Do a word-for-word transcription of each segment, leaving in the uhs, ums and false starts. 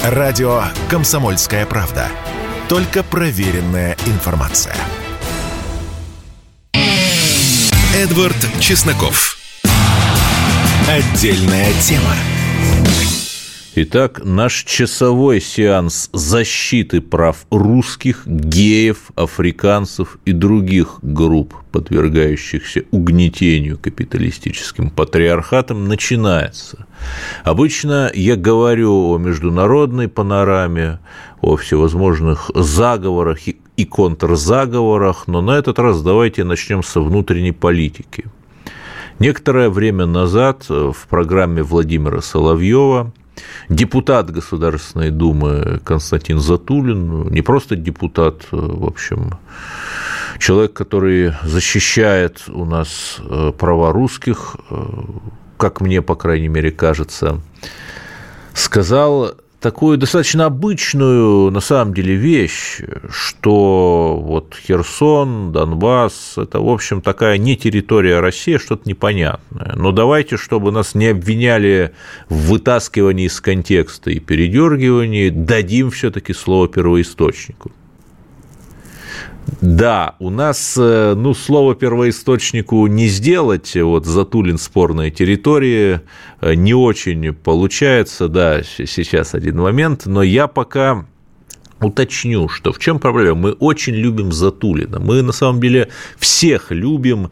Радио «Комсомольская правда». Только проверенная информация. Эдвард Чесноков. Отдельная тема. Итак, наш часовой сеанс защиты прав русских, геев, африканцев и других групп, подвергающихся угнетению капиталистическим патриархатом, начинается. Обычно я говорю о международной панораме, о всевозможных заговорах и контрзаговорах, но на этот раз давайте начнем со внутренней политики. Некоторое время назад в программе Владимира Соловьева депутат Государственной Думы Константин Затулин, не просто депутат, в общем, человек, который защищает у нас права русских, как мне, по крайней мере, кажется, сказал такую достаточно обычную, на самом деле, вещь, что вот Херсон, Донбасс – это, в общем, такая не территория России, что-то непонятное. Но давайте, чтобы нас не обвиняли в вытаскивании из контекста и передергивании, дадим все-таки слово первоисточнику. Да, у нас, ну, слово первоисточнику не сделать, вот Затулин спорная территория, не очень получается, да, сейчас один момент, но я пока уточню, что в чем проблема. Мы очень любим Затулина, мы на самом деле всех любим,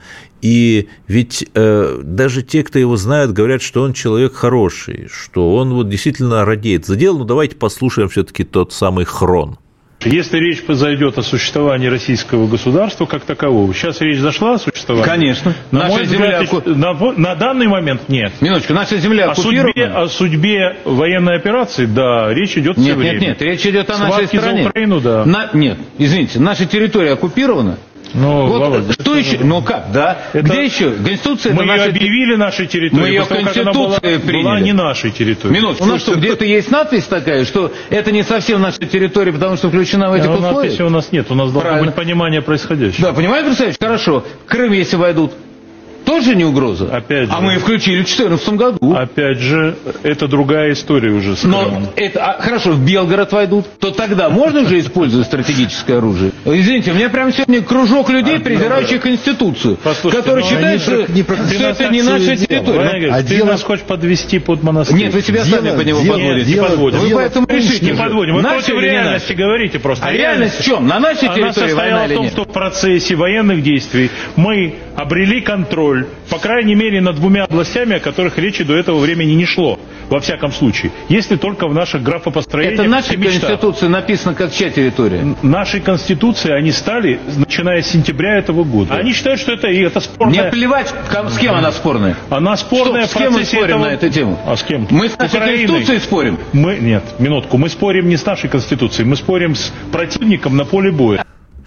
и ведь э, даже те, кто его знают, говорят, что он человек хороший, что он вот действительно радеет за дело, но давайте послушаем все-таки тот самый хрон. Если речь пойдет о существовании российского государства как такового, сейчас речь зашла о существовании? Конечно. На, наша мой земля... взгляд, на, на данный момент нет. Минуточку, наша земля о судьбе, о судьбе военной операции, да, речь идет нет, все время. Нет, нет, речь идет о Схватки нашей стране. За Украину, да. На... Нет, извините, наша территория оккупирована. Ну, вот, Володя, что еще? Ну как, да? Это... Где еще? Конституция. Мы ее наша... объявили нашей территорией. Мы ее Конституцией приняли. Была не нашей территорией. Минутку. У нас что, где-то есть надпись такая, что это не совсем наша территория, потому что включена в этих а условия? Надписи у нас нет. У нас должно быть понимание происходящего. Да, понимаете, представляете? Хорошо. Крым, если войдут, тоже не угроза? Опять же. А мы включили в две тысячи четырнадцатом году. Опять же, это другая история уже с Крымом. Но это, а, хорошо, в Белгород войдут, то тогда можно же использовать стратегическое оружие? Извините, у меня прямо сегодня кружок людей, а, презирающих ну, Конституцию, которые считают, что, не, что это не наша территория. А ты дело... нас хочешь подвести под монастырь? Нет, вы себя дело, сами под него дело, подводите. Не подводим. Вы дело, поэтому решите. Не подводим. Вы против реальности говорите просто. А реальность в чем? На нашей территории война или нет? Она состояла в том, что в процессе военных действий мы обрели контроль, по крайней мере, над двумя областями, о которых речи до этого времени не шло, во всяком случае, если только в наших графопостроениях. Это наша Конституция написано как чья территория? Нашей Конституции они стали, начиная с сентября этого года. Они считают, что это, это спорная... Не плевать, с кем она спорная. Она спорная что, в процессе с кем мы спорим этого... на эту тему? А с кем? Мы с нашей Конституцией спорим? Мы... Нет, минутку, мы спорим не с нашей Конституцией, мы спорим с противником на поле боя.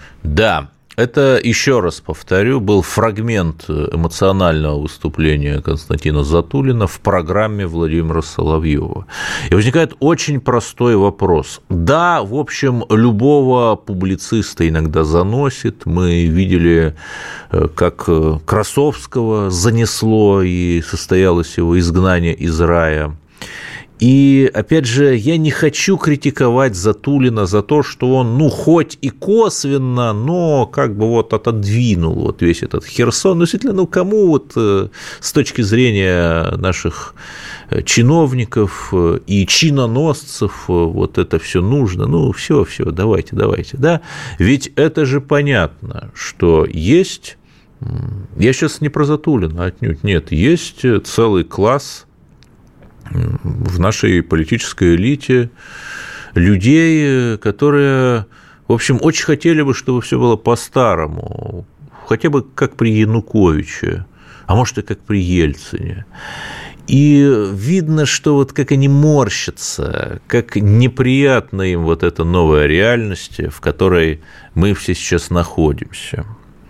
Да. Это, еще раз повторю, был фрагмент эмоционального выступления Константина Затулина в программе Владимира Соловьева. И возникает очень простой вопрос. Да, в общем, любого публициста иногда заносит. Мы видели, как Красовского занесло и состоялось его изгнание из рая. И, опять же, я не хочу критиковать Затулина за то, что он, ну, хоть и косвенно, но как бы вот отодвинул вот весь этот Херсон. Ну, действительно, ну, кому вот с точки зрения наших чиновников и чиноносцев вот это все нужно? Ну, все, все, давайте, давайте, да? Ведь это же понятно, что есть, я сейчас не про Затулина, отнюдь нет, есть целый класс в нашей политической элите людей, которые, в общем, очень хотели бы, чтобы все было по-старому, хотя бы как при Януковиче, а может, и как при Ельцине. И видно, что вот как они морщатся, как неприятна им вот эта новая реальность, в которой мы все сейчас находимся.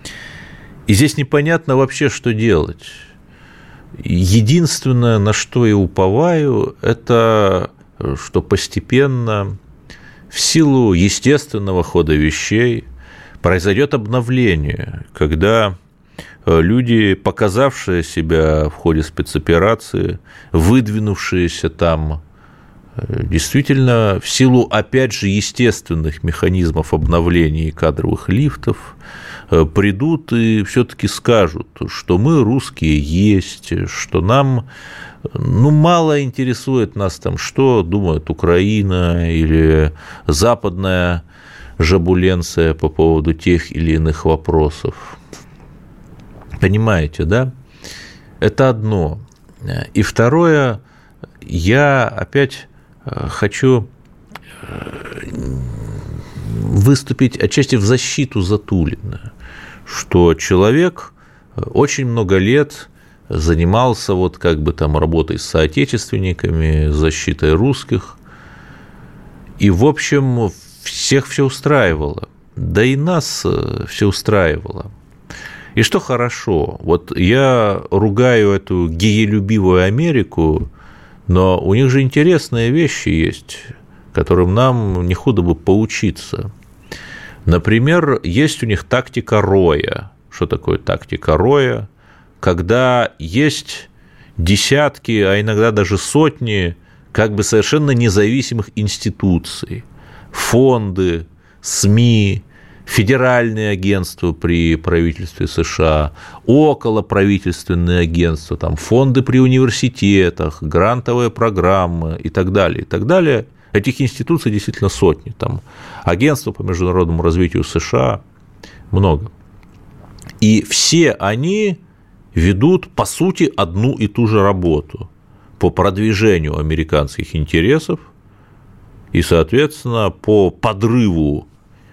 И здесь непонятно вообще, что делать. Единственное, на что я уповаю, это что постепенно, в силу естественного хода вещей, произойдет обновление, когда люди, показавшие себя в ходе спецоперации, выдвинувшиеся там действительно, в силу, опять же, естественных механизмов обновления кадровых лифтов, придут и все-таки скажут, что мы русские есть, что нам, ну, мало интересует нас там, что думает Украина или западная жабуленция по поводу тех или иных вопросов. Понимаете, да? Это одно. И второе, я опять хочу выступить отчасти в защиту Затулина, что человек очень много лет занимался вот как бы там работой с соотечественниками, защитой русских, и, в общем, всех все устраивало, да и нас все устраивало. И что хорошо, вот я ругаю эту геелюбивую Америку, но у них же интересные вещи есть, которым нам не худо бы поучиться. Например, есть у них тактика роя. Что такое тактика роя? Когда есть десятки, а иногда даже сотни как бы совершенно независимых институций, фонды, СМИ, федеральные агентства при правительстве США, околоправительственные агентства, там, фонды при университетах, грантовые программы и так далее, и так далее. Этих институций действительно сотни. Там, агентства по международному развитию США много. И все они ведут, по сути, одну и ту же работу по продвижению американских интересов и, соответственно, по подрыву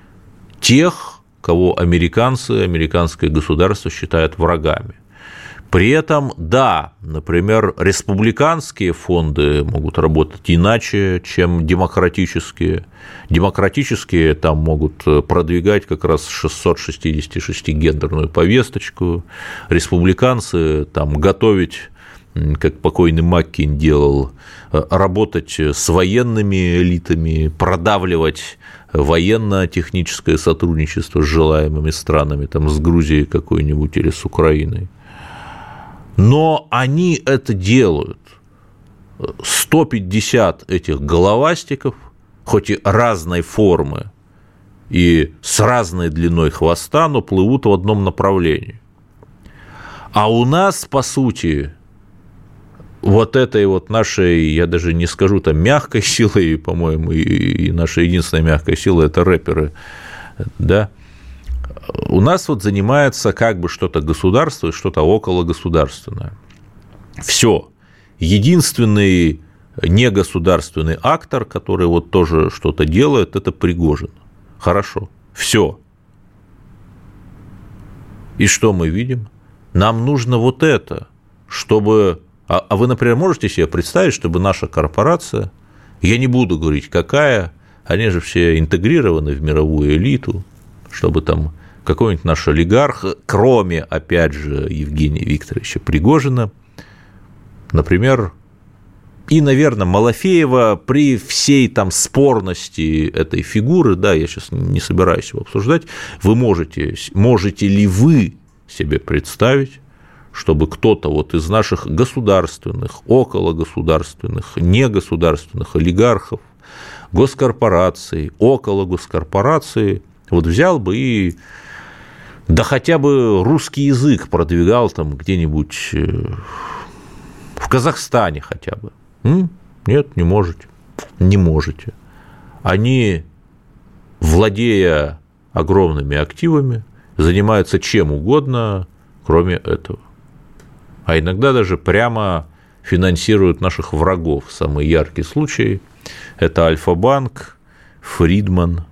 тех, кого американцы, американское государство считают врагами. При этом, да, например, республиканские фонды могут работать иначе, чем демократические. Демократические там могут продвигать как раз шестьсот шестьдесят шесть гендерную повесточку, республиканцы там готовить, как покойный Маккейн делал, работать с военными элитами, продавливать военно-техническое сотрудничество с желаемыми странами, там, с Грузией какой-нибудь или с Украиной. Но они это делают. сто пятьдесят этих головастиков, хоть и разной формы и с разной длиной хвоста, но плывут в одном направлении. А у нас, по сути, вот этой вот нашей, я даже не скажу, там, мягкой силой, по-моему, и наша единственная мягкая сила – это рэперы, да, у нас вот занимается как бы что-то государство и что-то окологосударственное. Все. Единственный негосударственный актор, который вот тоже что-то делает, это Пригожин. Хорошо. Все. И что мы видим? Нам нужно вот это, чтобы... А, а вы, например, можете себе представить, чтобы наша корпорация, я не буду говорить, какая, они же все интегрированы в мировую элиту, чтобы там какой-нибудь наш олигарх, кроме, опять же, Евгения Викторовича Пригожина, например, и, наверное, Малафеева при всей там спорности этой фигуры, да, я сейчас не собираюсь его обсуждать, вы можете, можете ли вы себе представить, чтобы кто-то вот из наших государственных, окологосударственных, негосударственных олигархов, госкорпораций, около госкорпораций вот взял бы и да хотя бы русский язык продвигал там где-нибудь в Казахстане хотя бы. М? Нет, не можете. Не можете. Они, владея огромными активами, занимаются чем угодно, кроме этого. А иногда даже прямо финансируют наших врагов. Самый яркий случай – это Альфа-банк, Фридман,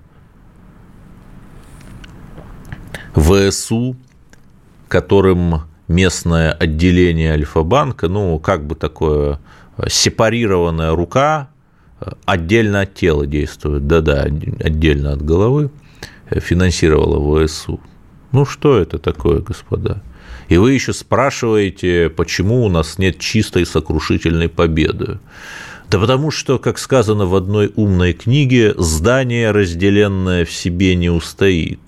ВСУ, которым местное отделение Альфа-банка, ну, как бы такое сепарированная рука, отдельно от тела действует, да-да, отдельно от головы, финансировала ВСУ. Ну, что это такое, господа? И вы еще спрашиваете, почему у нас нет чистой сокрушительной победы. Да потому что, как сказано в одной умной книге, здание, разделенное в себе, не устоит.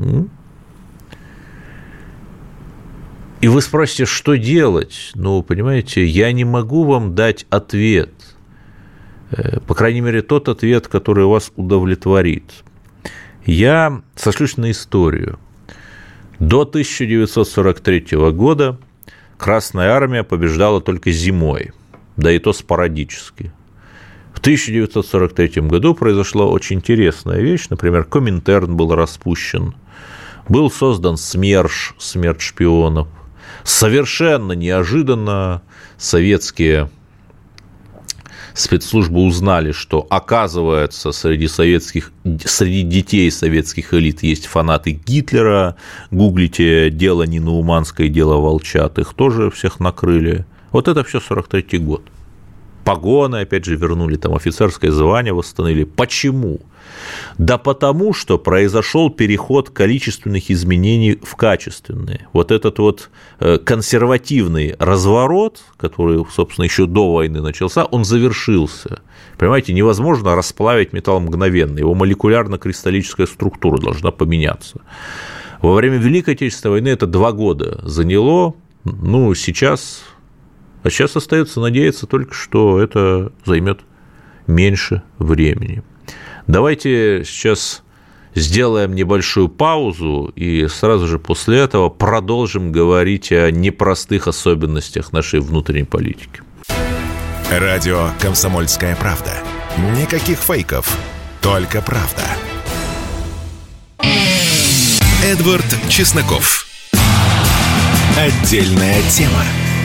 И вы спросите, что делать? Ну, понимаете, я не могу вам дать ответ. По крайней мере, тот ответ, который вас удовлетворит. Я сошлюсь на историю. До тысяча девятьсот сорок третьего года Красная Армия побеждала только зимой, да и то спорадически. В тысяча девятьсот сорок третьем году произошла очень интересная вещь. Например, Коминтерн был распущен, был создан СМЕРШ, смерть шпионов. Совершенно неожиданно советские спецслужбы узнали, что, оказывается, среди, советских, среди детей советских элит есть фанаты Гитлера. Гуглите «Дело Нины Уманской», «Дело Волчат», их тоже всех накрыли. Вот это все сорок третий год. Погоны, опять же, вернули, там офицерское звание восстановили. Почему? Да потому, что произошел переход количественных изменений в качественные. Вот этот вот консервативный разворот, который, собственно, еще до войны начался, он завершился. Понимаете, невозможно расплавить металл мгновенно, его молекулярно-кристаллическая структура должна поменяться. Во время Великой Отечественной войны это два года заняло, ну, сейчас... А сейчас остается надеяться только, что это займет меньше времени. Давайте сейчас сделаем небольшую паузу и сразу же после этого продолжим говорить о непростых особенностях нашей внутренней политики. Радио «Комсомольская правда». Никаких фейков, только правда. Эдвард Чесноков. Отдельная тема.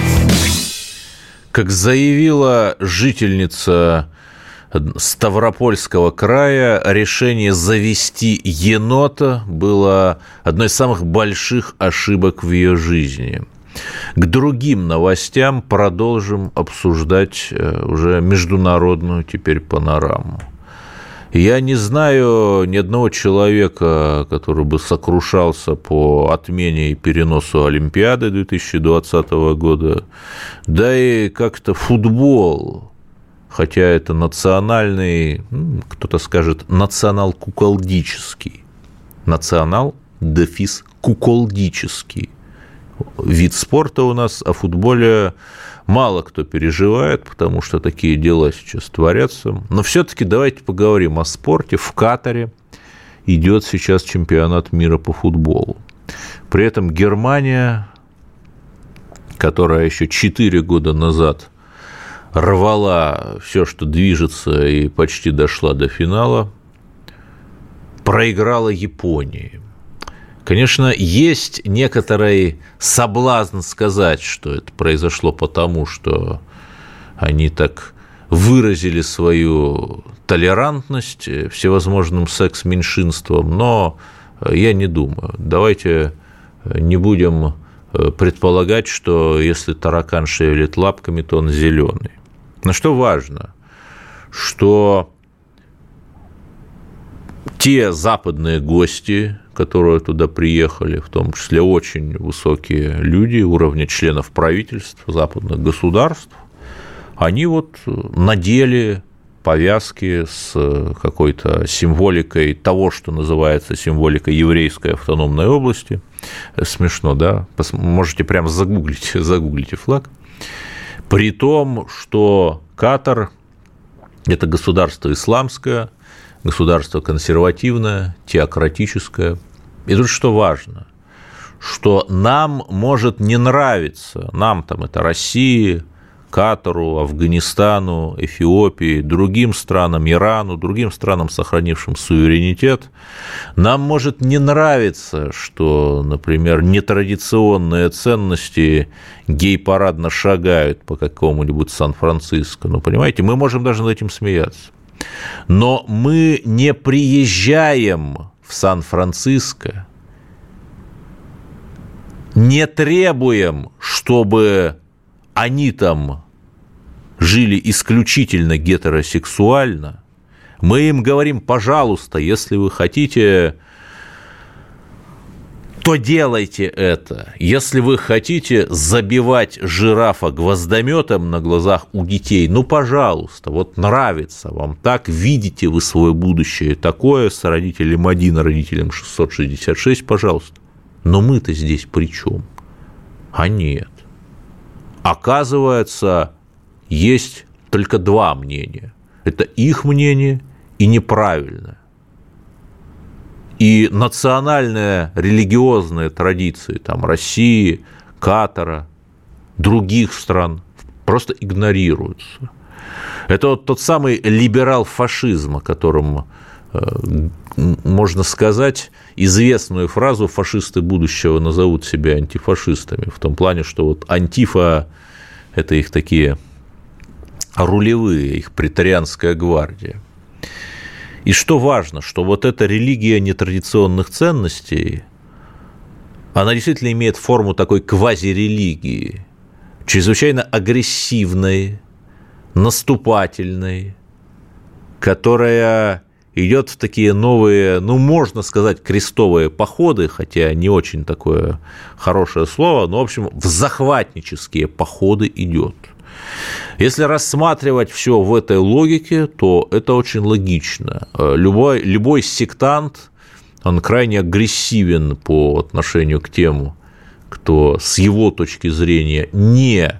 Как заявила жительница Ставропольского края, решение завести енота было одной из самых больших ошибок в ее жизни. К другим новостям продолжим обсуждать уже международную теперь панораму. Я не знаю ни одного человека, который бы сокрушался по отмене и переносу Олимпиады две тысячи двадцатого года, да и как-то футбол, хотя это национальный, кто-то скажет, национал-куколдический, национал-куколдический вид спорта у нас, о футболе мало кто переживает, потому что такие дела сейчас творятся. Но все-таки давайте поговорим о спорте. В Катаре идет сейчас чемпионат мира по футболу. При этом Германия, которая еще четыре года назад рвала все, что движется, и почти дошла до финала, проиграла Японии. Конечно, есть некоторый соблазн сказать, что это произошло потому, что они так выразили свою толерантность всевозможным секс-меньшинствам, но я не думаю. Давайте не будем предполагать, что если таракан шевелит лапками, то он зеленый. Но что важно, что те западные гости, которые туда приехали, в том числе очень высокие люди уровня членов правительств западных государств, они вот надели повязки с какой-то символикой того, что называется символикой еврейской автономной области. Смешно, да? Можете прямо загуглить, загуглите флаг. При том, что Катар – это государство исламское, государство консервативное, теократическое. И тут что важно, что нам может не нравиться, нам там это России, Катару, Афганистану, Эфиопии, другим странам, Ирану, другим странам, сохранившим суверенитет, нам может не нравиться, что, например, нетрадиционные ценности гей-парадно шагают по какому-нибудь Сан-Франциско. Ну, понимаете, мы можем даже над этим смеяться. Но мы не приезжаем в Сан-Франциско, не требуем, чтобы они там жили исключительно гетеросексуально. Мы им говорим: пожалуйста, если вы хотите, то делайте это. Если вы хотите забивать жирафа гвоздометом на глазах у детей, ну, пожалуйста, вот нравится вам так, видите вы свое будущее такое с родителем один, родителем шестьсот шестьдесят шесть, пожалуйста. Но мы-то здесь при чем? А нет. Оказывается, есть только два мнения. Это их мнение и неправильное. И национальные религиозные традиции там, России, Катара, других стран просто игнорируются. Это вот тот самый либерал-фашизм, о котором э, можно сказать, известную фразу «фашисты будущего назовут себя антифашистами», в том плане, что вот антифа – это их такие рулевые, их претарианская гвардия. И что важно, что вот эта религия нетрадиционных ценностей, она действительно имеет форму такой квазирелигии, чрезвычайно агрессивной, наступательной, которая идет в такие новые, ну, можно сказать, крестовые походы, хотя не очень такое хорошее слово, но, в общем, в захватнические походы идет. Если рассматривать все в этой логике, то это очень логично. Любой, любой сектант, он крайне агрессивен по отношению к тем, кто с его точки зрения не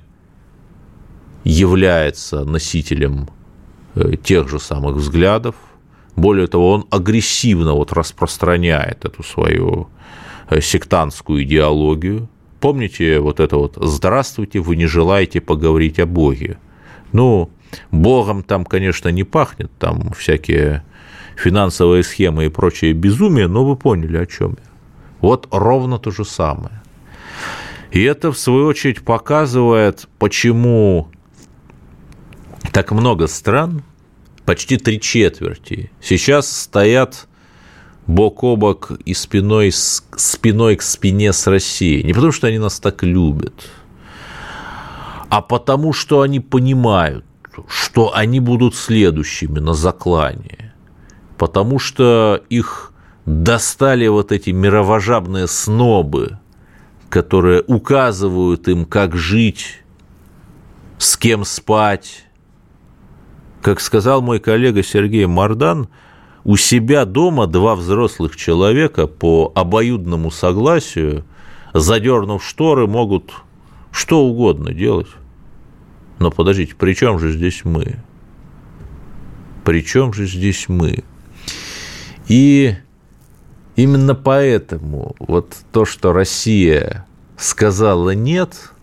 является носителем тех же самых взглядов. Более того, он агрессивно вот распространяет эту свою сектантскую идеологию. Помните вот это вот «здравствуйте, вы не желаете поговорить о Боге». Ну, Богом там, конечно, не пахнет, там всякие финансовые схемы и прочее безумие, но вы поняли, о чем я. Вот ровно то же самое. И это, в свою очередь, показывает, почему так много стран, почти три четверти, сейчас стоят бок о бок и спиной, спиной к спине с Россией. Не потому, что они нас так любят, а потому, что они понимают, что они будут следующими на заклане, потому что их достали вот эти мировожабные снобы, которые указывают им, как жить, с кем спать. Как сказал мой коллега Сергей Мардан, у себя дома два взрослых человека по обоюдному согласию, задернув шторы, могут что угодно делать. Но подождите, при чем же здесь мы? При чем же здесь мы? И именно поэтому вот то, что Россия сказала «нет»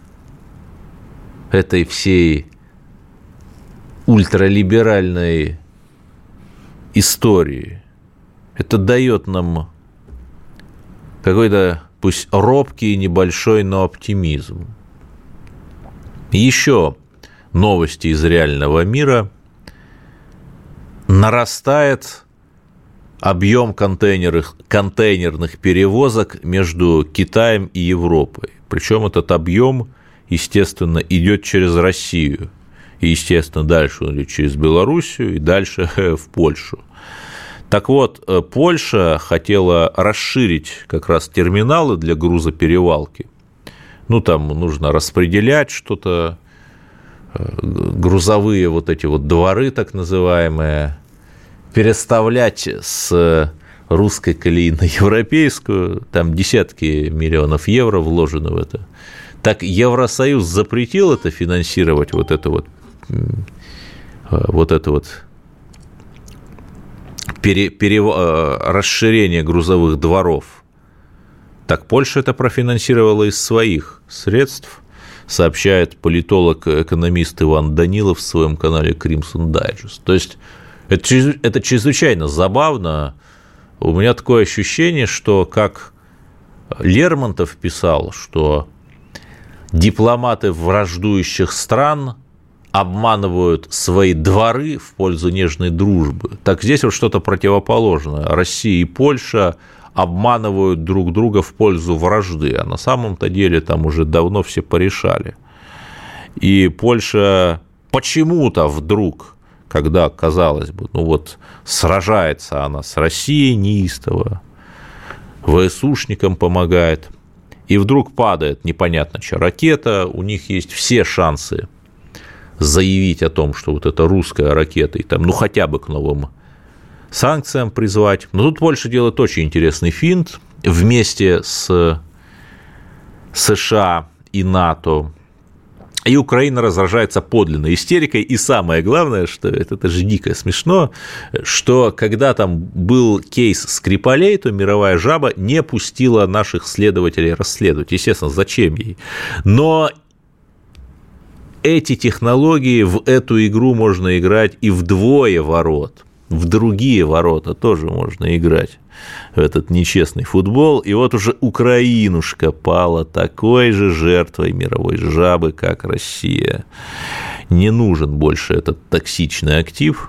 этой всей ультралиберальной истории, это дает нам какой-то, пусть робкий, небольшой, но оптимизм. Еще новости из реального мира. Нарастает объем контейнерных, контейнерных перевозок между Китаем и Европой. Причем этот объем, естественно, идет через Россию. И, естественно, дальше он идет через Белоруссию и дальше в Польшу. Так вот, Польша хотела расширить как раз терминалы для грузоперевалки. Ну, там нужно распределять что-то, грузовые вот эти вот дворы, так называемые, переставлять с русской колеи на европейскую, там десятки миллионов евро вложено в это. Так Евросоюз запретил это финансировать, вот это вот, вот это вот пере, пере, расширение грузовых дворов. Так Польша это профинансировала из своих средств, сообщает политолог-экономист Иван Данилов в своем канале Crimson Digest. То есть это, это чрезвычайно забавно. У меня такое ощущение, что, как Лермонтов писал, что дипломаты враждующих стран обманывают свои дворы в пользу нежной дружбы. Так здесь вот что-то противоположное. Россия и Польша обманывают друг друга в пользу вражды, а на самом-то деле там уже давно все порешали. И Польша почему-то вдруг, когда, казалось бы, ну вот сражается она с Россией неистово, ВСУшникам помогает, и вдруг падает непонятно что ракета, у них есть все шансы заявить о том, что вот это русская ракета, и там, ну, хотя бы к новым санкциям призвать. Но тут Польша делает очень интересный финт. Вместе с США и НАТО И Украина разражается подлинной истерикой. И самое главное, что это, это же дико смешно, что когда там был кейс Скрипалей, то мировая жаба не пустила наших следователей расследовать. Естественно, зачем ей? Но эти технологии, в эту игру можно играть и вдвое ворот. В другие ворота тоже можно играть в этот нечестный футбол. И вот уже Украинушка пала такой же жертвой мировой жабы, как Россия. Не нужен больше этот токсичный актив.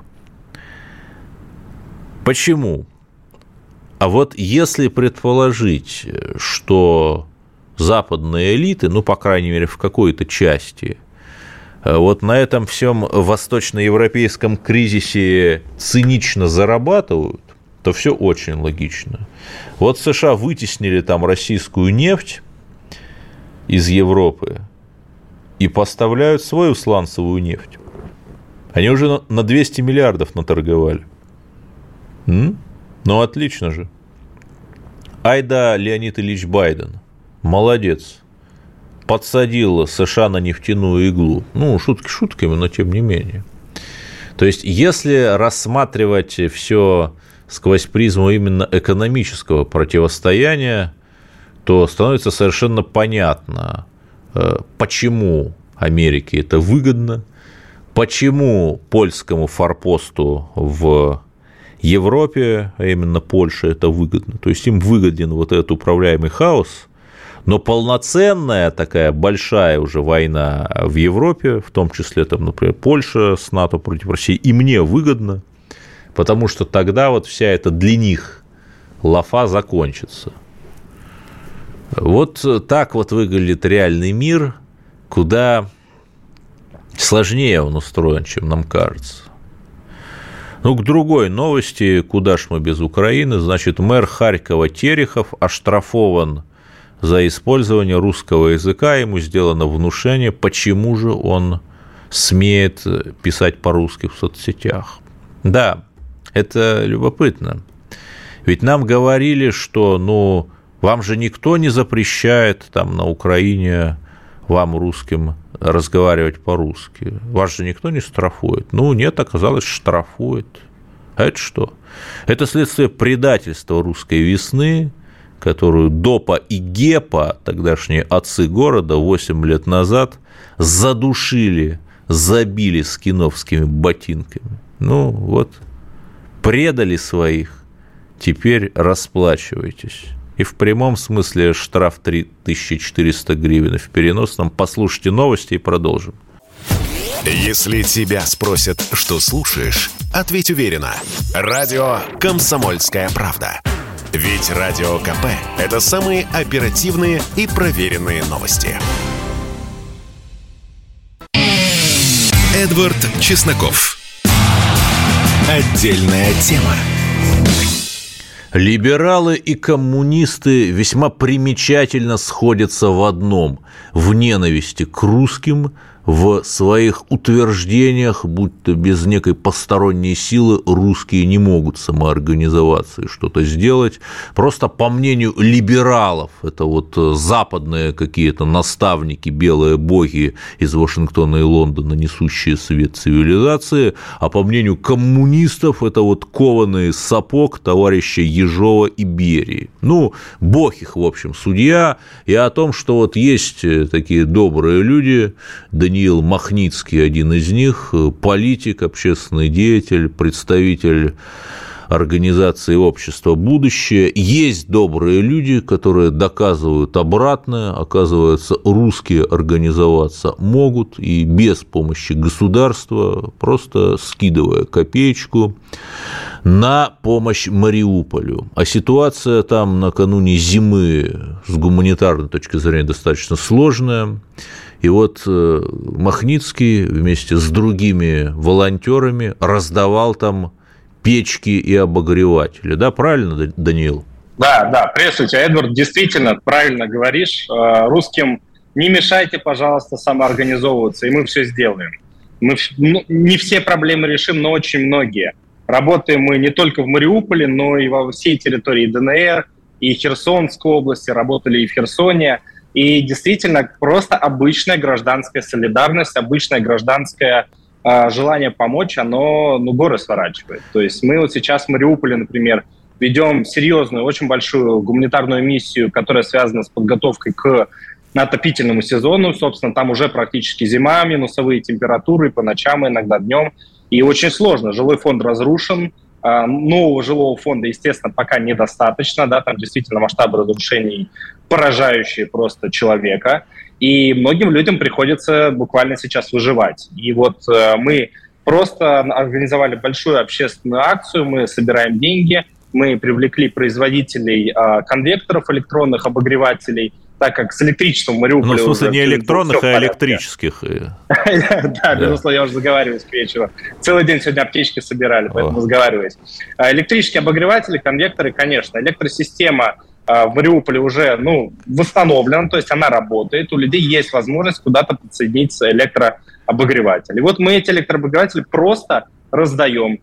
Почему? А вот если предположить, что западные элиты, ну, по крайней мере, в какой-то части, вот на этом всем восточноевропейском кризисе цинично зарабатывают, то все очень логично. Вот США вытеснили там российскую нефть из Европы и поставляют свою сланцевую нефть. Они уже на двести миллиардов наторговали. М? Ну, отлично же. Ай да, Леонид Ильич Байден. Молодец. Подсадил США на нефтяную иглу. Ну, шутки шутками, но тем не менее. То есть, если рассматривать все сквозь призму именно экономического противостояния, то становится совершенно понятно, почему Америке это выгодно, почему польскому форпосту в Европе, а именно Польше, это выгодно. То есть, им выгоден вот этот управляемый хаос. Но полноценная такая большая уже война в Европе, в том числе, там, например, Польша с НАТО против России, и мне выгодно, потому что тогда вот вся эта для них лафа закончится. Вот так вот выглядит реальный мир, куда сложнее он устроен, чем нам кажется. Ну, к другой новости, куда ж мы без Украины, значит, мэр Харькова Терехов оштрафован за использование русского языка, ему сделано внушение, почему же он смеет писать по-русски в соцсетях. Да, это любопытно. Ведь нам говорили, что, ну, вам же никто не запрещает там на Украине вам, русским, разговаривать по-русски. Вас же никто не штрафует. Ну, нет, оказалось, штрафует. А это что? Это следствие предательства русской весны, которую Допа и Гепа, тогдашние отцы города, восемь лет назад задушили, забили скиновскими ботинками. Ну, вот, предали своих, теперь расплачивайтесь. И в прямом смысле штраф три тысячи четыреста гривен, и в переносном. Послушайте новости и продолжим. Если тебя спросят, что слушаешь, ответь уверенно. Радио «Комсомольская правда». Ведь Радио КП – это самые оперативные и проверенные новости. Эдвард Чесноков. Отдельная тема. Либералы и коммунисты весьма примечательно сходятся в одном – в ненависти к русским, в своих утверждениях, будто без некой посторонней силы русские не могут самоорганизоваться и что-то сделать. Просто по мнению либералов, это вот западные какие-то наставники, белые боги из Вашингтона и Лондона, несущие свет цивилизации, а по мнению коммунистов, это вот кованый сапог товарища Ежова и Берии. Ну, бог их, в общем, судья, и о том, что вот есть такие добрые люди, Даниил Махницкий, один из них, политик, общественный деятель, представитель организации «Общество будущее». Есть добрые люди, которые доказывают обратное. Оказывается, русские организоваться могут и без помощи государства, просто скидывая копеечку на помощь Мариуполю. А ситуация там накануне зимы с гуманитарной точки зрения достаточно сложная. И вот Махницкий вместе с другими волонтерами раздавал там печки и обогреватели. Да, правильно, Даниил? Да, да, приветствуйте, Эдвард, действительно, правильно говоришь. Русским не мешайте, пожалуйста, самоорганизовываться, и мы все сделаем. Мы ну, не все проблемы решим, но очень многие. Работаем мы не только в Мариуполе, но и во всей территории ДНР, и Херсонской области, работали и в Херсоне. И действительно, просто обычная гражданская солидарность, обычное гражданское э, желание помочь, оно ну, горы сворачивает. То есть мы вот сейчас в Мариуполе, например, ведем серьезную, очень большую гуманитарную миссию, которая связана с подготовкой к отопительному сезону. Собственно, там уже практически зима, минусовые температуры по ночам, иногда днем. И очень сложно. Жилой фонд разрушен. Нового жилого фонда, естественно, пока недостаточно. Да, там действительно масштабы разрушений поражающие просто человека. И многим людям приходится буквально сейчас выживать. И вот мы просто организовали большую общественную акцию. Мы собираем деньги. Мы привлекли производителей э, конвекторов, электронных обогревателей, так как с электричеством в Мариуполе... Ну, в смысле, уже не электронных, а электрических. Да, безусловно, я уже заговариваюсь к вечеру. Целый день сегодня аптечки собирали, поэтому заговариваюсь. Электрические обогреватели, конвекторы, конечно. Электросистема в Мариуполе уже ну, восстановлена, то есть она работает. У людей есть возможность куда-то подсоединиться электрообогреватель. И вот мы эти электрообогреватели просто раздаем.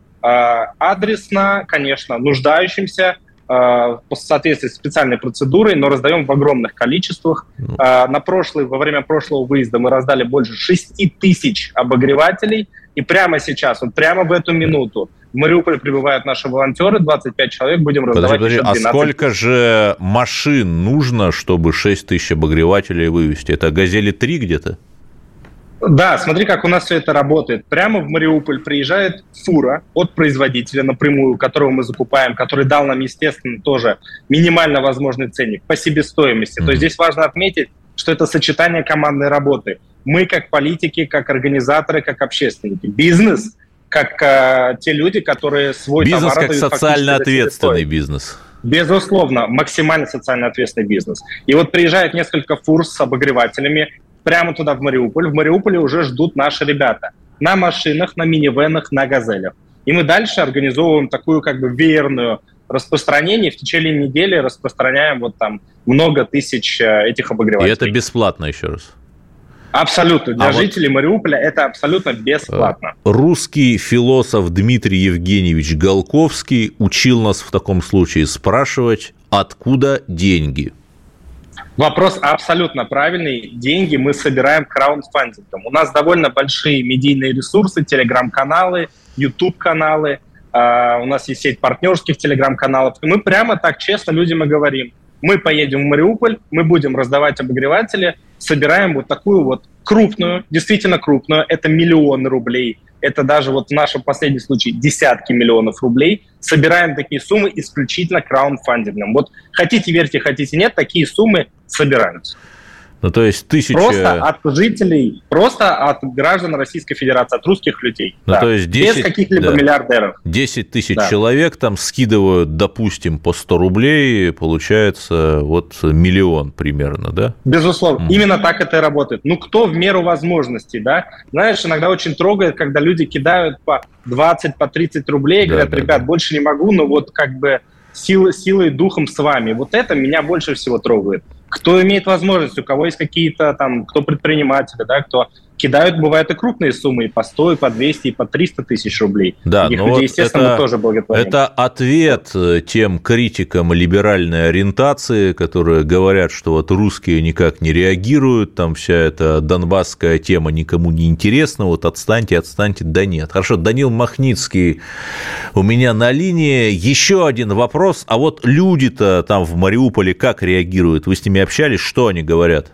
Адресно, конечно, нуждающимся в соответствии с специальной процедурой, но раздаем в огромных количествах. Ну. На прошлый, во время прошлого выезда мы раздали больше шести тысяч обогревателей, и прямо сейчас, вот прямо в эту минуту в Мариуполе прибывают наши волонтеры, двадцать пять человек, будем раздавать подожди, еще подожди, а сколько же машин нужно, чтобы шесть тысяч обогревателей вывести? Это «Газели три» где-то? Да, смотри, как у нас все это работает. Прямо в Мариуполь приезжает фура от производителя напрямую, которого мы закупаем, который дал нам, естественно, тоже минимально возможный ценник по себестоимости. Mm-hmm. То есть здесь важно отметить, что это сочетание командной работы. Мы как политики, как организаторы, как общественники. Бизнес, как э, те люди, которые свой бизнес товар... Бизнес как социально ответственный бизнес. Безусловно, максимально социально ответственный бизнес. И вот приезжает несколько фур с обогревателями, прямо туда, в Мариуполь. В Мариуполе уже ждут наши ребята. На машинах, на минивенах, на газелях. И мы дальше организовываем такую как бы веерную распространение. В течение недели распространяем вот там много тысяч этих обогревателей. И это бесплатно еще раз? Абсолютно. Для а жителей вот Мариуполя это абсолютно бесплатно. Русский философ Дмитрий Евгеньевич Голковский учил нас в таком случае спрашивать, откуда деньги? Вопрос абсолютно правильный. Деньги мы собираем краундфандингом. У нас довольно большие медийные ресурсы, телеграм-каналы, ютуб-каналы. Uh, у нас есть сеть партнерских телеграм-каналов. И мы прямо так честно людям и говорим. Мы поедем в Мариуполь, мы будем раздавать обогреватели, собираем вот такую вот крупную, действительно крупную, это миллионы рублей. Это даже вот в нашем последнем случае десятки миллионов рублей. Собираем такие суммы исключительно краундфандингом. Вот хотите верьте, хотите нет, такие суммы собираются. Ну, то есть тысяча... Просто от жителей, просто от граждан Российской Федерации, от русских людей. Ну, да. то есть десять, без каких-либо да. миллиардеров. десять тысяч да. человек там скидывают, допустим, по сто рублей, получается вот миллион примерно, да? Безусловно. Mm. Именно так это и работает. Ну, кто в меру возможностей, да? Знаешь, иногда очень трогает, когда люди кидают по двадцать, по тридцать рублей, да, говорят, да, ребят, да. больше не могу, но вот как бы силой, силой и духом с вами. Вот это меня больше всего трогает. Кто имеет возможность, у кого есть какие-то там, кто предприниматели, да, кто кидают, бывают и крупные суммы, и по сто, и по двести, и по триста тысяч рублей. Да, Таких но людей, вот естественно, это, мы тоже благотворим. Это ответ тем критикам либеральной ориентации, которые говорят, что вот русские никак не реагируют, там вся эта донбасская тема никому не интересна, вот отстаньте, отстаньте, да нет. Хорошо, Данил Махницкий у меня на линии. Еще один вопрос, а вот люди-то там в Мариуполе как реагируют? Вы с ними общались, что они говорят?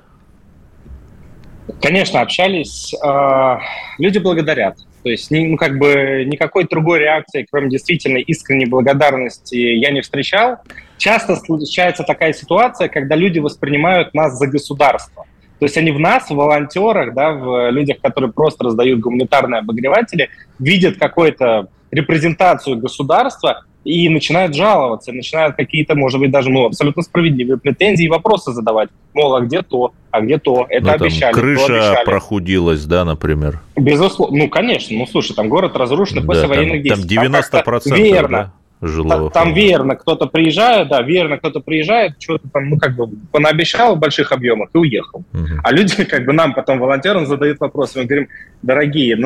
Конечно, общались. Люди благодарят. То есть, ну, как бы никакой другой реакции, кроме действительно искренней благодарности, я не встречал. Часто случается такая ситуация, когда люди воспринимают нас за государство. То есть они в нас, в волонтерах, да, в людях, которые просто раздают гуманитарные обогреватели, видят какую-то репрезентацию государства и начинают жаловаться, начинают какие-то, может быть, даже ну, абсолютно справедливые претензии и вопросы задавать. Мол, а где то, а где то, это ну, обещали, крыша то обещали. Прохудилась, да, например? Безусловно. Ну, конечно. Ну, слушай, там город разрушен да, после там, военных действий. Там девяносто процентов, верно. Да, жилого Там фонда. верно, кто-то приезжает, да, верно, кто-то приезжает, что-то там, ну, как бы, понаобещал в больших объемах и уехал. Угу. А люди, как бы, нам потом, волонтерам, задают вопросы. Мы говорим, дорогие, ну,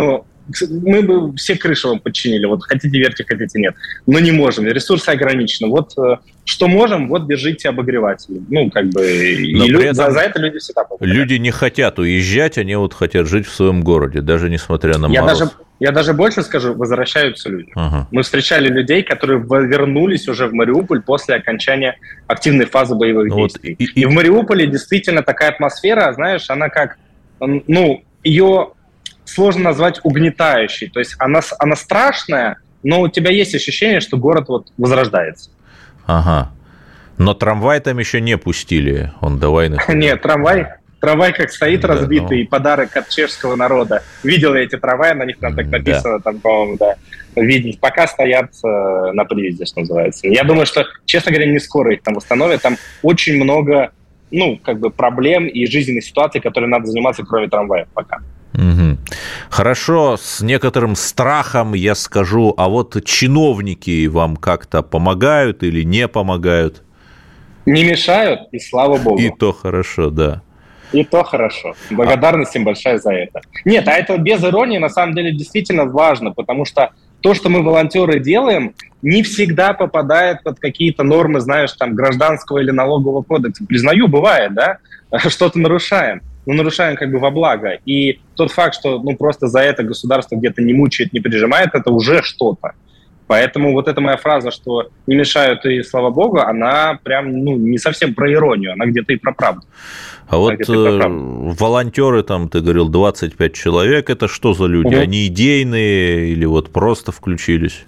мы бы все крыши вам подчинили. Вот хотите верьте, хотите нет. Но не можем. Ресурсы ограничены. Вот что можем, вот держите обогреватели. Ну, как бы... И люди, за, за это люди всегда покупают. Люди не хотят уезжать, они вот хотят жить в своем городе, даже несмотря на я мороз. Даже, я даже больше скажу, возвращаются люди. Ага. Мы встречали людей, которые вернулись уже в Мариуполь после окончания активной фазы боевых ну действий. Вот, и, и... и в Мариуполе действительно такая атмосфера, знаешь, она как... Ну, ее сложно назвать угнетающей. То есть она, она страшная, но у тебя есть ощущение, что город вот возрождается. Ага. Но трамвай там еще не пустили. Он давай... Нет, трамвай... Трамвай как стоит да, разбитый, ну... подарок от чешского народа. Видел я эти трамваи, на них там так написано, да. там, по-моему, да. Видеть, пока стоят э, на привязи, что называется. Я думаю, что, честно говоря, не скоро их там восстановят. Там очень много, ну, как бы проблем и жизненных ситуаций, которые надо заниматься, кроме трамваев пока. Угу. Хорошо, с некоторым страхом я скажу, а вот чиновники вам как-то помогают или не помогают? Не мешают, и слава богу. И то хорошо, да. И то хорошо. Благодарность им большая за это. Нет, а это без иронии на самом деле действительно важно, потому что то, что мы, волонтеры, делаем, не всегда попадает под какие-то нормы, знаешь, там, гражданского или налогового кодекса. Признаю, бывает, да, что-то нарушаем. Но нарушаем как бы во благо. И тот факт, что ну, просто за это государство где-то не мучает, не прижимает, это уже что-то. Поэтому вот эта моя фраза, что не мешают и слава богу, она прям ну, не совсем про иронию, она где-то и про правду. А вот волонтеры, там, ты говорил, двадцать пять человек, это что за люди? Угу. Они идейные или вот просто включились?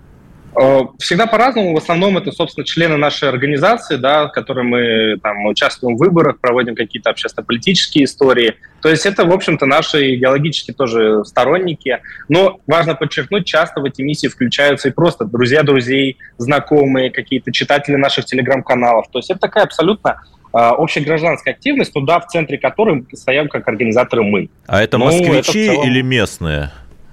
Всегда по-разному. В основном это, собственно, члены нашей организации, да, в которой мы там, участвуем в выборах, проводим какие-то общественно-политические истории. То есть это, в общем-то, наши идеологические тоже сторонники. Но важно подчеркнуть, часто в эти миссии включаются и просто друзья друзей, знакомые, какие-то читатели наших телеграм-каналов. То есть это такая абсолютно общегражданская активность, туда в центре которой стоим как организаторы мы. А это ну, москвичи это целом... или местные?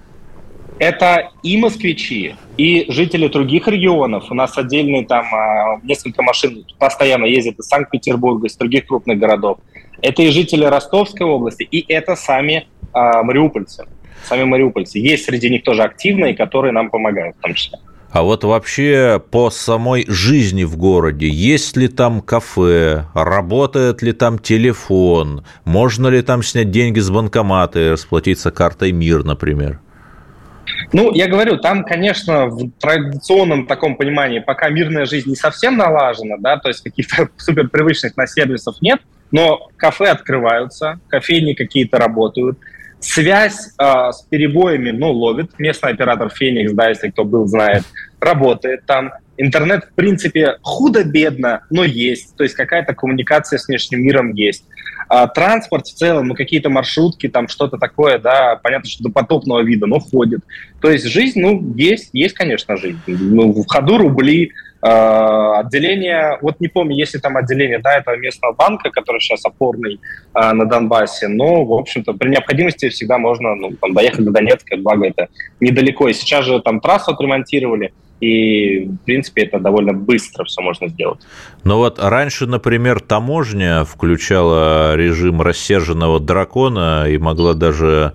Это и москвичи, и жители других регионов. У нас отдельные там несколько машин постоянно ездят из Санкт-Петербурга, из других крупных городов. Это и жители Ростовской области, и это сами а, мариупольцы. Сами мариупольцы. Есть среди них тоже активные, которые нам помогают в том числе. А вот вообще по самой жизни в городе, есть ли там кафе, работает ли там телефон, можно ли там снять деньги с банкомата и расплатиться картой МИР, например? Ну, я говорю, там, конечно, в традиционном таком понимании пока мирная жизнь не совсем налажена, да, то есть каких-то суперпривычных на сервисов нет, но кафе открываются, кофейни какие-то работают. Связь э, с перебоями, ну, ловит. Местный оператор «Феникс», да, если кто был, знает, работает там. Интернет, в принципе, худо-бедно, но есть. То есть какая-то коммуникация с внешним миром есть. А транспорт в целом, ну, какие-то маршрутки, там что-то такое, да, понятно, что до потопного вида, но ходит. То есть жизнь, ну, есть, есть, конечно, жизнь. Ну, в ходу рубли, э, отделение, вот не помню, есть ли там отделение, да, этого местного банка, который сейчас опорный э, на Донбассе, но, в общем-то, при необходимости всегда можно, ну, там, доехать до Донецка, благо это недалеко. И сейчас же там трассу отремонтировали, и, в принципе, это довольно быстро все можно сделать. Но вот раньше, например, таможня включала режим рассерженного дракона и могла даже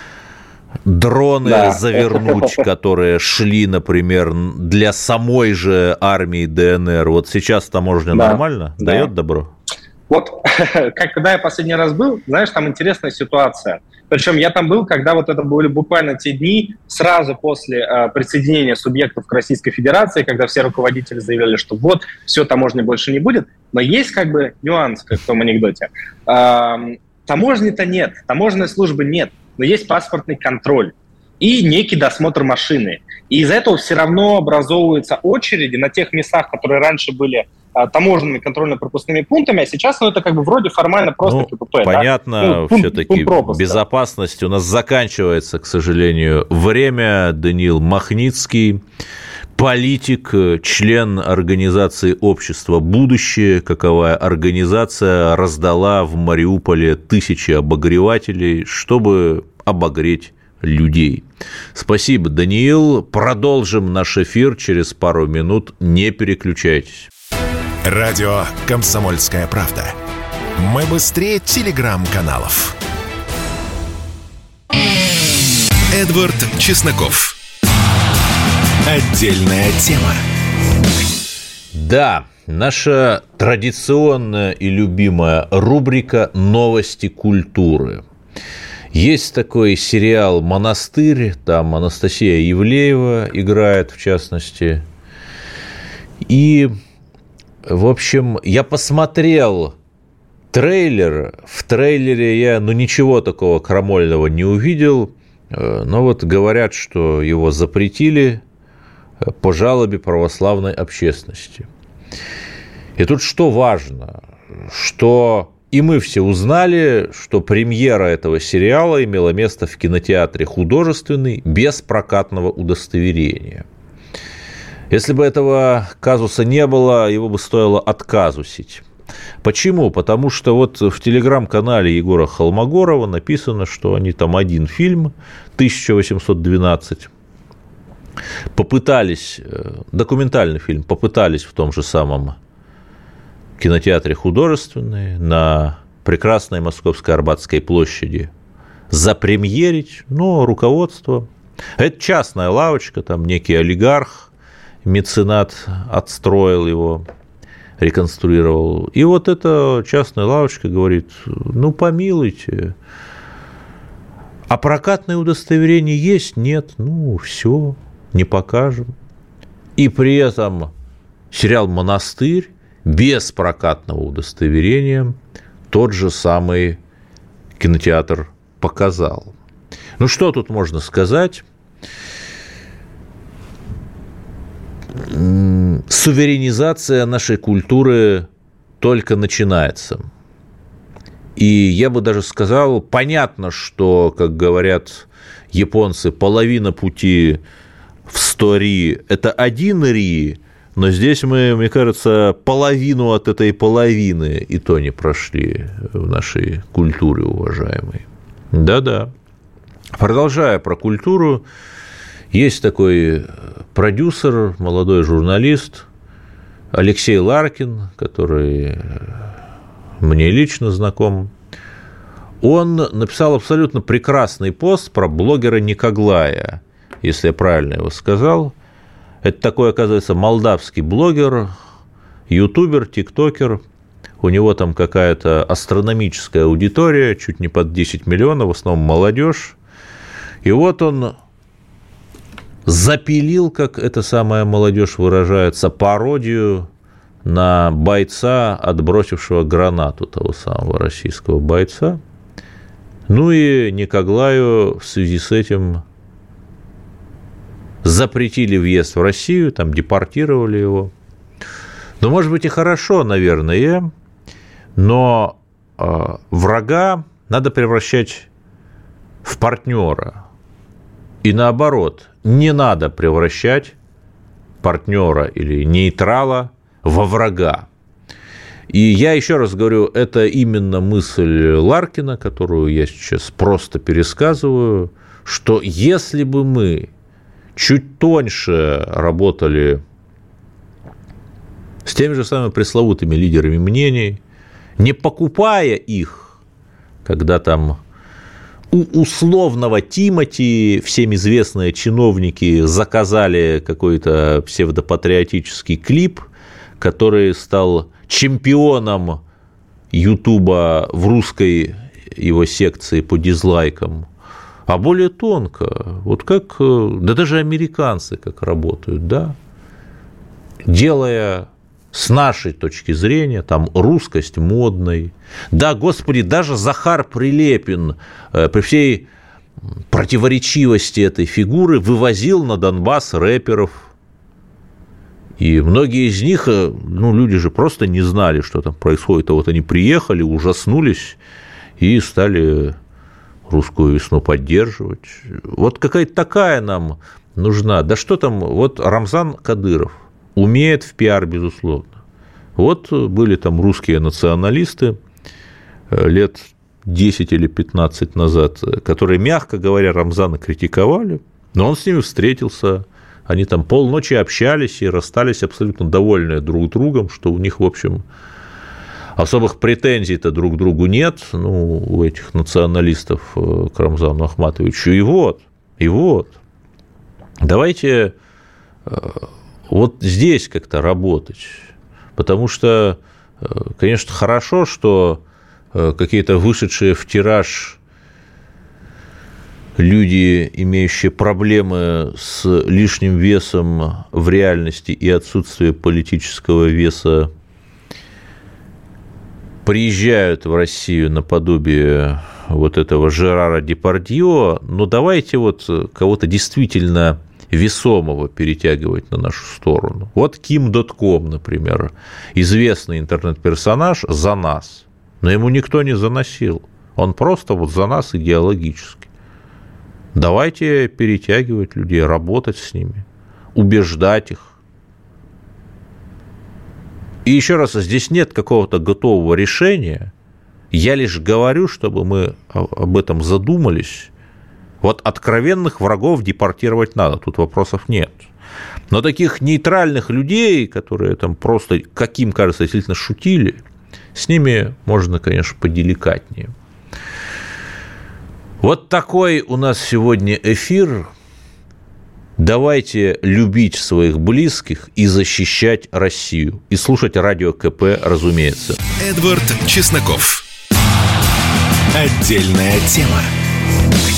дроны да. завернуть, которые шли, например, для самой же армии ДНР. Вот сейчас таможня да. нормально? Да. Дает добро? Вот, когда я последний раз был, знаешь, там интересная ситуация. Причем я там был, когда вот это были буквально те дни, сразу после э, присоединения субъектов к Российской Федерации, когда все руководители заявляли, что вот, все, таможни больше не будет. Но есть как бы нюанс, как в том анекдоте. Э, таможни-то нет, таможенной службы нет, но есть паспортный контроль и некий досмотр машины. И из-за этого все равно образовываются очереди на тех местах, которые раньше были таможенными контрольно-пропускными пунктами, а сейчас ну, это как бы вроде формально просто ну, КПП. Понятно, да? ну, пункт, все-таки пункт безопасность у нас заканчивается, к сожалению, время. Даниил Махницкий, политик, член организации «Общество Будущее». Каковая организация раздала в Мариуполе тысячи обогревателей, чтобы обогреть людей. Спасибо, Даниил. Продолжим наш эфир через пару минут. Не переключайтесь. Радио «Комсомольская правда». Мы быстрее телеграм-каналов. Эдвард Чесноков. Отдельная тема. Да, наша традиционная и любимая рубрика «Новости культуры». Есть такой сериал «Монастырь», там Анастасия Ивлеева играет, в частности. И, в общем, я посмотрел трейлер. В трейлере я, ну, ничего такого крамольного не увидел. Но вот говорят, что его запретили по жалобе православной общественности. И тут что важно, что и мы все узнали, что премьера этого сериала имела место в кинотеатре «Художественный» без прокатного удостоверения. Если бы этого казуса не было, его бы стоило отказусить. Почему? Потому что вот в телеграм-канале Егора Холмогорова написано, что они там один фильм, тысяча восемьсот двенадцать, попытались, документальный фильм, попытались в том же самом кинотеатре «Художественный» на прекрасной Московской Арбатской площади запремьерить, но руководство, это частная лавочка, там некий олигарх, меценат отстроил его, реконструировал. И вот эта частная лавочка говорит, ну, помилуйте, а прокатное удостоверение есть? Нет. Ну, все, не покажем. И при этом сериал «Монастырь» без прокатного удостоверения тот же самый кинотеатр показал. Ну, что тут можно сказать? Суверенизация нашей культуры только начинается. И я бы даже сказал, понятно, что, как говорят японцы, половина пути в сто ри – это один ри, но здесь мы, мне кажется, половину от этой половины и то не прошли в нашей культуре, уважаемой. Да-да. Продолжая про культуру, есть такой продюсер, молодой журналист Алексей Ларкин, который мне лично знаком. Он написал абсолютно прекрасный пост про блогера Никоглая, если я правильно его сказал. Это такой, оказывается, молдавский блогер, ютубер, тиктокер. У него там какая-то астрономическая аудитория, чуть не под десять миллионов, в основном молодежь. И вот он запилил, как эта самая молодежь выражается, пародию на бойца, отбросившего гранату, того самого российского бойца. Ну и Никоглаю в связи с этим запретили въезд в Россию, там депортировали его. Ну, может быть, и хорошо, наверное, но э, врага надо превращать в партнера. И наоборот, не надо превращать партнера или нейтрала во врага. И я еще раз говорю, это именно мысль Ларкина, которую я сейчас просто пересказываю, что если бы мы чуть тоньше работали с теми же самыми пресловутыми лидерами мнений, не покупая их, когда там у условного Тимати всем известные чиновники заказали какой-то псевдопатриотический клип, который стал чемпионом Ютуба в русской его секции по дизлайкам, а более тонко, вот как, да даже американцы как работают, да, делая с нашей точки зрения, там, русскость модной. Да, господи, даже Захар Прилепин э, при всей противоречивости этой фигуры вывозил на Донбасс рэперов. И многие из них, ну, люди же просто не знали, что там происходит. А вот они приехали, ужаснулись и стали русскую весну поддерживать. Вот какая-то такая нам нужна. Да что там, вот Рамзан Кадыров умеет в пиар, безусловно. Вот были там русские националисты лет десять или пятнадцать назад, которые, мягко говоря, Рамзана критиковали, но он с ними встретился, они там полночи общались и расстались абсолютно довольные друг другом, что у них, в общем, особых претензий-то друг к другу нет, ну, у этих националистов к Рамзану Ахматовичу. И вот, И вот, давайте вот здесь как-то работать, потому что, конечно, хорошо, что какие-то вышедшие в тираж люди, имеющие проблемы с лишним весом в реальности и отсутствие политического веса, приезжают в Россию наподобие вот этого Жерара Депардье, но давайте вот кого-то действительно весомого перетягивать на нашу сторону. Вот Ким Дотком, например, известный интернет-персонаж за нас, но ему никто не заносил, он просто вот за нас идеологически. Давайте перетягивать людей, работать с ними, убеждать их. И еще раз, здесь нет какого-то готового решения. Я лишь говорю, чтобы мы об этом задумались. Вот откровенных врагов депортировать надо, тут вопросов нет. Но таких нейтральных людей, которые там просто, каким кажется, действительно шутили, с ними можно, конечно, поделикатнее. Вот такой у нас сегодня эфир. Давайте любить своих близких и защищать Россию. И слушать радио КП, разумеется. Эдвард Чесноков. Отдельная тема.